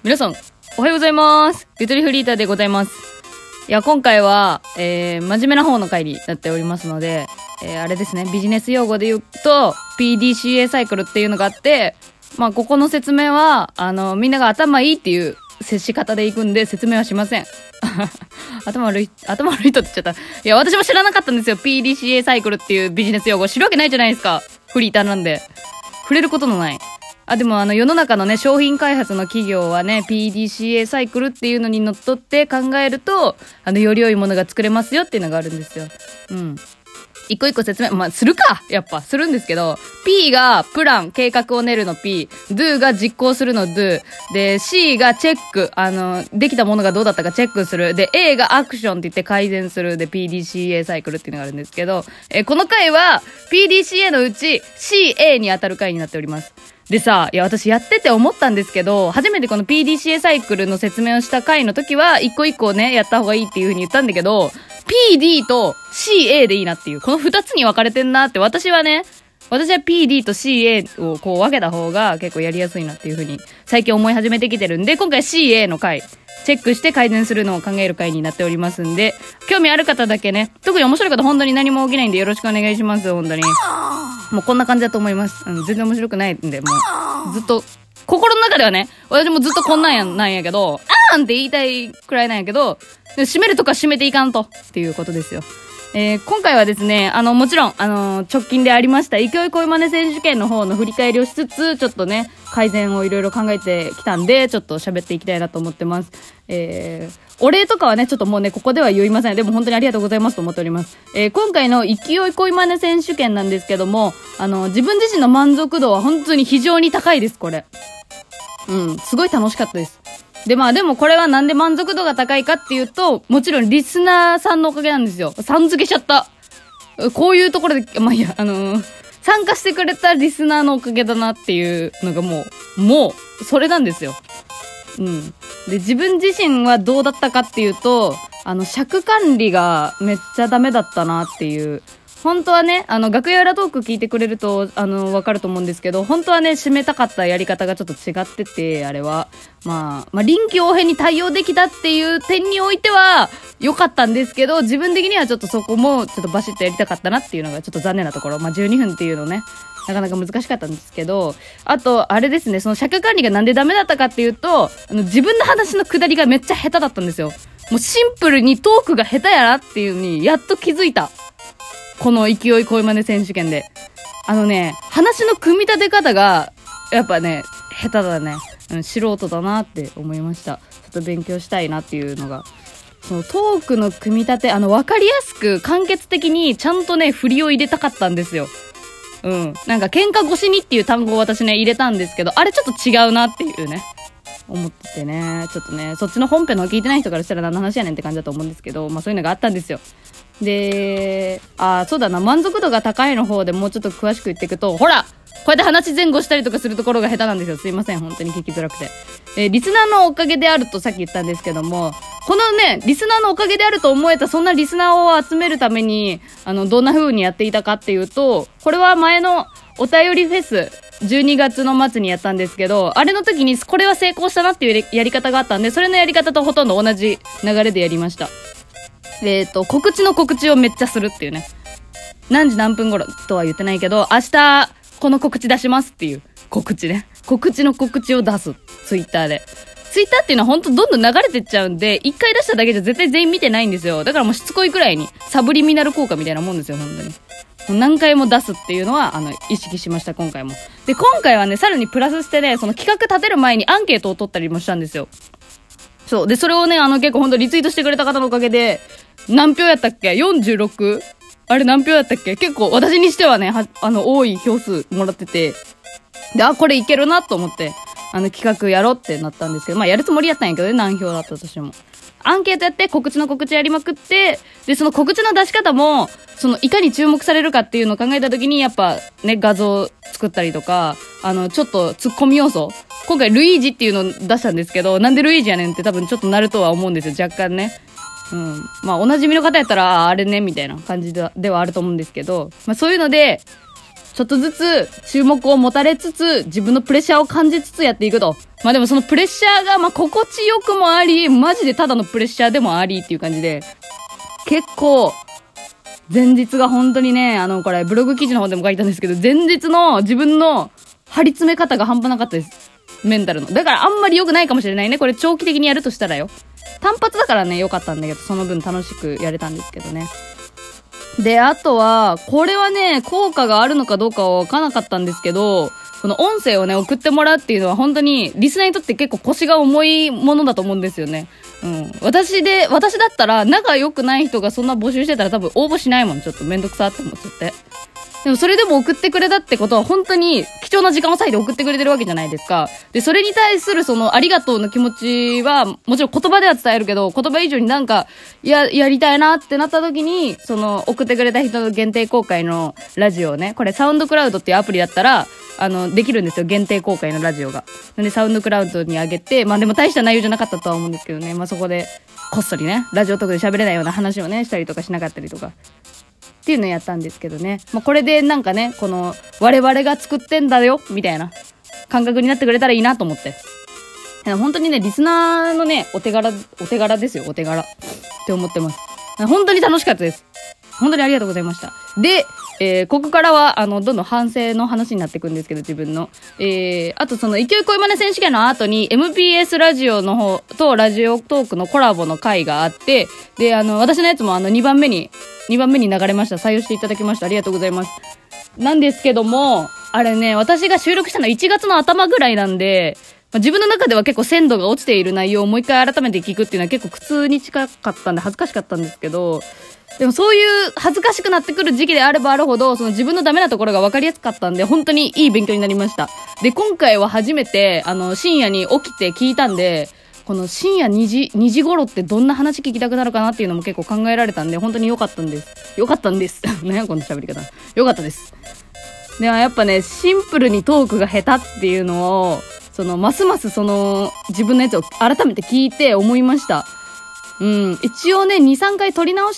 皆さん、おはようございます。ゆとりフリーターでございます。いや、今回は、真面目な方の回になっておりますので、あれですね、ビジネス用語で言うと、PDCA サイクルっていうのがあって、まあ、ここの説明は、みんなが頭いいっていう接し方でいくんで、説明はしません。頭悪い人って言っちゃった。いや、私も知らなかったんですよ。PDCA サイクルっていうビジネス用語知るわけないじゃないですか。フリーターなんで。触れることのない。でも世の中のね、商品開発の企業はね、PDCA サイクルっていうのにのっとって考えると、より良いものが作れますよっていうのがあるんですよ。うん。一個一個説明、まあ、するかやっぱ、するんですけど、P がプラン、計画を練るの P、Do が実行するの Do、で、C がチェック、できたものがどうだったかチェックする、で、A がアクションって言って改善する、で、PDCA サイクルっていうのがあるんですけど、この回は、PDCA のうち CA に当たる回になっております。でさ、いや、私やってて思ったんですけど、初めてこの PDCA サイクルの説明をした回の時は、一個一個ね、やった方がいいっていう風に言ったんだけど、PD と CA でいいなっていう、この二つに分かれてんなって、私は PD と CA をこう分けた方が結構やりやすいなっていう風に、最近思い始めてきてるんで、今回 CA の回、チェックして改善するのを考える回になっておりますんで、興味ある方だけね、特に面白い方本当に何も起きないんでよろしくお願いします、本当に。もうこんな感じだと思います。全然面白くないんで、もう、ずっと、心の中ではね、私もずっとこんなんやけど、あーんって言いたいくらいなんやけど、締めるとか締めていかんと、っていうことですよ。今回はですね、もちろん、直近でありました、勢い恋真似選手権の方の振り返りをしつつ、ちょっとね、改善をいろいろ考えてきたんで、ちょっと喋っていきたいなと思ってます。お礼とかはね、ちょっともうね、ここでは言いません。でも本当にありがとうございますと思っております。今回の勢い恋真似選手権なんですけども、自分自身の満足度は本当に非常に高いです、これ。すごい楽しかったです。でもこれはなんで満足度が高いかっていうと、もちろんリスナーさんのおかげなんですよ。さん付けしちゃった。こういうところで、まあいいや、参加してくれたリスナーのおかげだなっていうのがもう、それなんですよ。で、自分自身はどうだったかっていうと、尺管理がめっちゃダメだったなっていう。本当はね、楽屋裏トーク聞いてくれると、わかると思うんですけど、本当はね、締めたかったやり方がちょっと違ってて、あれは。まあ、臨機応変に対応できたっていう点においては、良かったんですけど、自分的にはちょっとそこも、ちょっとバシッとやりたかったなっていうのがちょっと残念なところ。まあ、12分っていうのね、なかなか難しかったんですけど、あと、あれですね、その尺管理がなんでダメだったかっていうと、自分の話の下りがめっちゃ下手だったんですよ。もうシンプルにトークが下手やなっていうのに、やっと気づいた。この勢い恋真似選手権で。話の組み立て方が、やっぱね、下手だね。素人だなって思いました。ちょっと勉強したいなっていうのが。そのトークの組み立て、わかりやすく、簡潔的に、ちゃんとね、振りを入れたかったんですよ。なんか、喧嘩越しにっていう単語を私ね、入れたんですけど、あれちょっと違うなっていうね。思っててね、ちょっとね、そっちの本編の聞いてない人からしたら何の話やねんって感じだと思うんですけど、まあそういうのがあったんですよ。で、そうだな、満足度が高いの方でもうちょっと詳しく言っていくと、ほらこうやって話前後したりとかするところが下手なんですよ。すいません、本当に聞きづらくて。リスナーのおかげであるとさっき言ったんですけども、このね、リスナーのおかげであると思えたそんなリスナーを集めるために、どんな風にやっていたかっていうと、これは前のお便りフェス、12月の末にやったんですけど、あれの時にこれは成功したなっていうやり方があったんで、それのやり方とほとんど同じ流れでやりました。告知の告知をめっちゃするっていうね。何時何分頃とは言ってないけど、明日この告知出しますっていう告知ね。告知の告知を出す。ツイッターで。ツイッターっていうのはほんとどんどん流れてっちゃうんで、一回出しただけじゃ絶対全員見てないんですよ。だからもうしつこいくらいにサブリミナル効果みたいなもんですよ、本当に。何回も出すっていうのは、意識しました、今回も。で、今回はね、さらにプラスしてね、その企画立てる前にアンケートを取ったりもしたんですよ。そう。で、それをね、結構ほんとリツイートしてくれた方のおかげで、何票やったっけ ?46? あれ何票やったっけ結構、私にしてはね、多い票数もらってて、で、これいけるなと思って、企画やろうってなったんですけど、まあ、やるつもりやったんやけどね、何票だったとしても。アンケートやって告知の告知やりまくって、で、その告知の出し方も、いかに注目されるかっていうのを考えたときに、やっぱね、画像作ったりとか、ちょっと突っ込み要素。今回ルイージっていうのを出したんですけど、なんでルイージやねんって多分ちょっとなるとは思うんですよ、若干ね。まあ、お馴染みの方やったら、あれね、みたいな感じではあると思うんですけど、まあ、そういうので、 ちょっとずつ注目を持たれつつ、自分のプレッシャーを感じつつやっていくと。まあでもそのプレッシャーが、まあ心地よくもあり、マジでただのプレッシャーでもありっていう感じで、結構、前日が本当にね、これブログ記事の方でも書いたんですけど、前日の自分の張り詰め方が半端なかったです。メンタルの。だからあんまり良くないかもしれないね。これ長期的にやるとしたらよ。単発だからね、良かったんだけど、その分楽しくやれたんですけどね。で、あとは、これはね、効果があるのかどうかはわからなかったんですけど、この音声をね、送ってもらうっていうのは本当に、リスナーにとって結構腰が重いものだと思うんですよね。うん。私だったら、仲良くない人がそんな募集してたら多分応募しないもん。ちょっとめんどくさって思っちゃって。でもそれでも送ってくれたってことは本当に貴重な時間を割いて送ってくれてるわけじゃないですか。で、それに対するそのありがとうの気持ちは、もちろん言葉では伝えるけど、言葉以上になんか、やりたいなってなった時に、その送ってくれた人の限定公開のラジオをね、これサウンドクラウドっていうアプリだったら、できるんですよ。限定公開のラジオが。なんでサウンドクラウドに上げて、まあでも大した内容じゃなかったとは思うんですけどね。まあそこで、こっそりね、ラジオトークで喋れないような話をね、したりとかしなかったりとか。っていうのをやったんですけどね。まあ、これでなんかね、この、我々が作ってんだよ、みたいな感覚になってくれたらいいなと思って。本当にね、リスナーのね、お手柄ですよ、お手柄。って思ってます。本当に楽しかったです。本当にありがとうございました。で、ここからは、どんどん反省の話になっていくんですけど、自分の。あとその、勢い恋真似選手権の後に、MBS ラジオの方とラジオトークのコラボの回があって、で、私のやつも2番目に流れました。採用していただきました。ありがとうございます。なんですけども、あれね、私が収録したの1月の頭ぐらいなんで、自分の中では結構鮮度が落ちている内容をもう一回改めて聞くっていうのは結構苦痛に近かったんで恥ずかしかったんですけど、でもそういう恥ずかしくなってくる時期であればあるほど、その自分のダメなところが分かりやすかったんで、本当にいい勉強になりました。で、今回は初めて、深夜に起きて聞いたんで、この深夜2時頃ってどんな話聞きたくなるかなっていうのも結構考えられたんで、本当に良かったんです。良かったんです。何やこの喋り方。良かったです。ではやっぱね、シンプルにトークが下手っていうのを、ますます自分のやつを改めて聞いて思いました。うん。一応ね、2、3回撮り直して、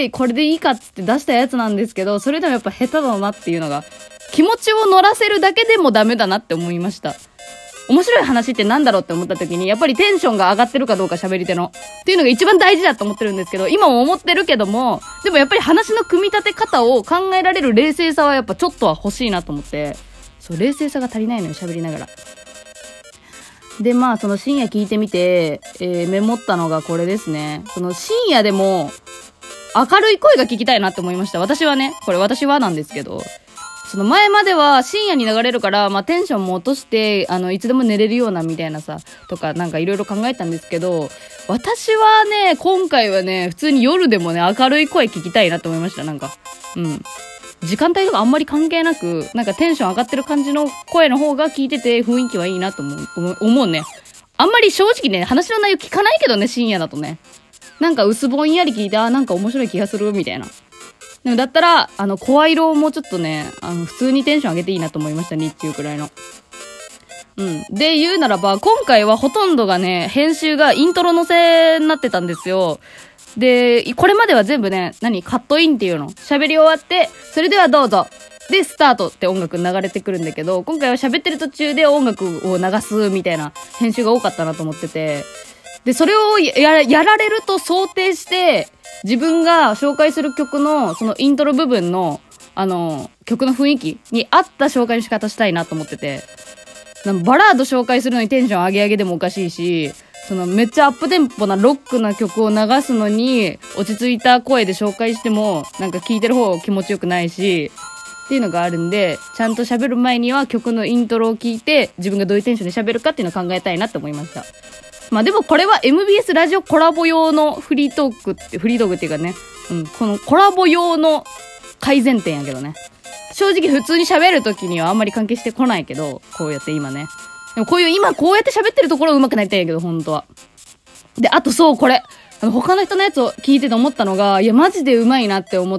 これでいいかっつって出したやつなんですけど、それでもやっぱ下手だなっていうのが、気持ちを乗らせるだけでもダメだなって思いました。面白い話ってなんだろうって思った時に、やっぱりテンションが上がってるかどうか喋り手の。っていうのが一番大事だと思ってるんですけど、今も思ってるけども、でもやっぱり話の組み立て方を考えられる冷静さはやっぱちょっとは欲しいなと思って、そう、冷静さが足りないのよ、喋りながら。で、まあ、深夜聞いてみて、メモったのがこれですね。深夜でも、明るい声が聞きたいなって思いました。私はなんですけど、前までは深夜に流れるから、まあ、テンションも落として、いつでも寝れるようなみたいなさ、とか、なんかいろいろ考えたんですけど、私はね、今回はね、普通に夜でもね、明るい声聞きたいなって思いました、なんか。うん。時間帯とかあんまり関係なく、なんかテンション上がってる感じの声の方が聞いてて雰囲気はいいなと思うね。あんまり正直ね、話の内容聞かないけどね、深夜だとね。なんか薄ぼんやり聞いて、なんか面白い気がする、みたいな。でもだったら、声色をもうちょっとね、普通にテンション上げていいなと思いました、日中くらいの。うん。で、言うならば、今回はほとんどがね、編集がイントロ乗せになってたんですよ。で、これまでは全部ね、カットインっていうの。喋り終わって、それではどうぞ。で、スタートって音楽流れてくるんだけど、今回は喋ってる途中で音楽を流すみたいな編集が多かったなと思ってて。で、それをやられると想定して、自分が紹介する曲の、そのイントロ部分の、曲の雰囲気に合った紹介の仕方したいなと思ってて。バラード紹介するのにテンション上げ上げでもおかしいし、めっちゃアップテンポなロックな曲を流すのに、落ち着いた声で紹介しても、なんか聴いてる方気持ちよくないし、っていうのがあるんで、ちゃんと喋る前には曲のイントロを聞いて、自分がどういうテンションで喋るかっていうのを考えたいなって思いました。まあでもこれは MBS ラジオコラボ用のフリートークっていうかね、このコラボ用の改善点やけどね。正直普通に喋るときにはあんまり関係してこないけど、こうやって今ね。でも今こうやって喋ってるところ上手くなりたいんやけど、本当は。で、あとそうこれ。他の人のやつを聞いてて思ったのが、いやマジで上手いなって思って、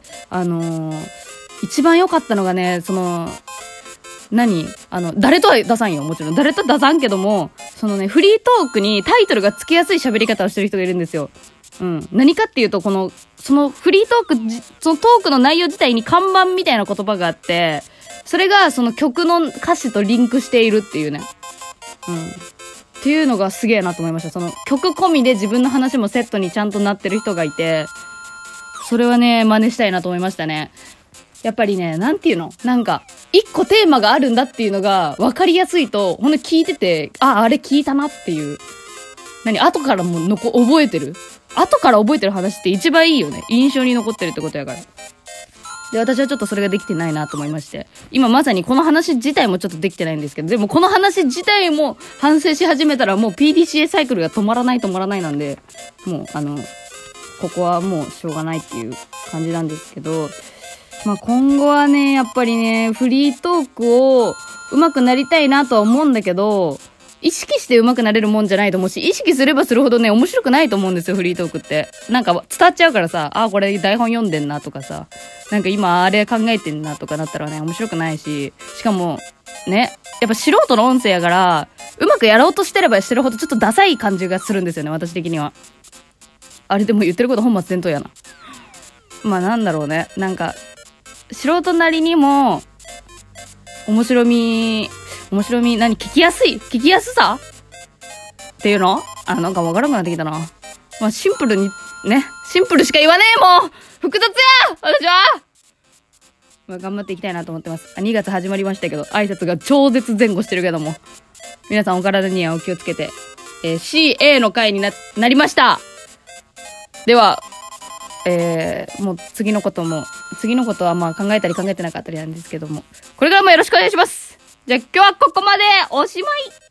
一番良かったのがね、誰とは出さんよ、もちろん。誰とは出さんけども、フリートークにタイトルがつきやすい喋り方をしてる人がいるんですよ。 何かっていうと、そのフリートーク、そのトークの内容自体に看板みたいな言葉があって、それがその曲の歌詞とリンクしているっていうね。っていうのがすげえなと思いました。その曲込みで自分の話もセットにちゃんとなってる人がいて、それはね、真似したいなと思いましたね。やっぱりね、なんていうの？なんか、一個テーマがあるんだっていうのが分かりやすいと、ほんと聞いてて、あれ聞いたなっていう。後からも覚えてる？後から覚えてる話って一番いいよね。印象に残ってるってことやから。で、私はちょっとそれができてないなと思いまして。今まさにこの話自体もちょっとできてないんですけど、でもこの話自体も反省し始めたらもう PDCA サイクルが止まらないなんで、もうここはもうしょうがないっていう感じなんですけど、まあ今後はね、やっぱりね、フリートークを上手くなりたいなとは思うんだけど、意識して上手くなれるもんじゃないと思うし、意識すればするほどね、面白くないと思うんですよ、フリートークって。なんか伝わっちゃうからさ、これ台本読んでんなとかさ、なんか今あれ考えてんなとかなったらね、面白くないし、しかも、ね、やっぱ素人の音声やから、うまくやろうとしてればしてるほどちょっとダサい感じがするんですよね、私的には。あれでも言ってること本末転倒やな。まあなんだろうね、なんか、素人なりにも、面白み、聞きやすさっていうの？なんかわからなくなってきたな。まあ、シンプルしか言わねえもん複雑や私はまあ、頑張っていきたいなと思ってます。2月始まりましたけど、挨拶が超絶前後してるけども。皆さんお体にはお気をつけて。CA の回になりました。では、もう次のことはまあ考えたり考えてなかったりなんですけども。これからもよろしくお願いします。じゃあ今日はここまでおしまい。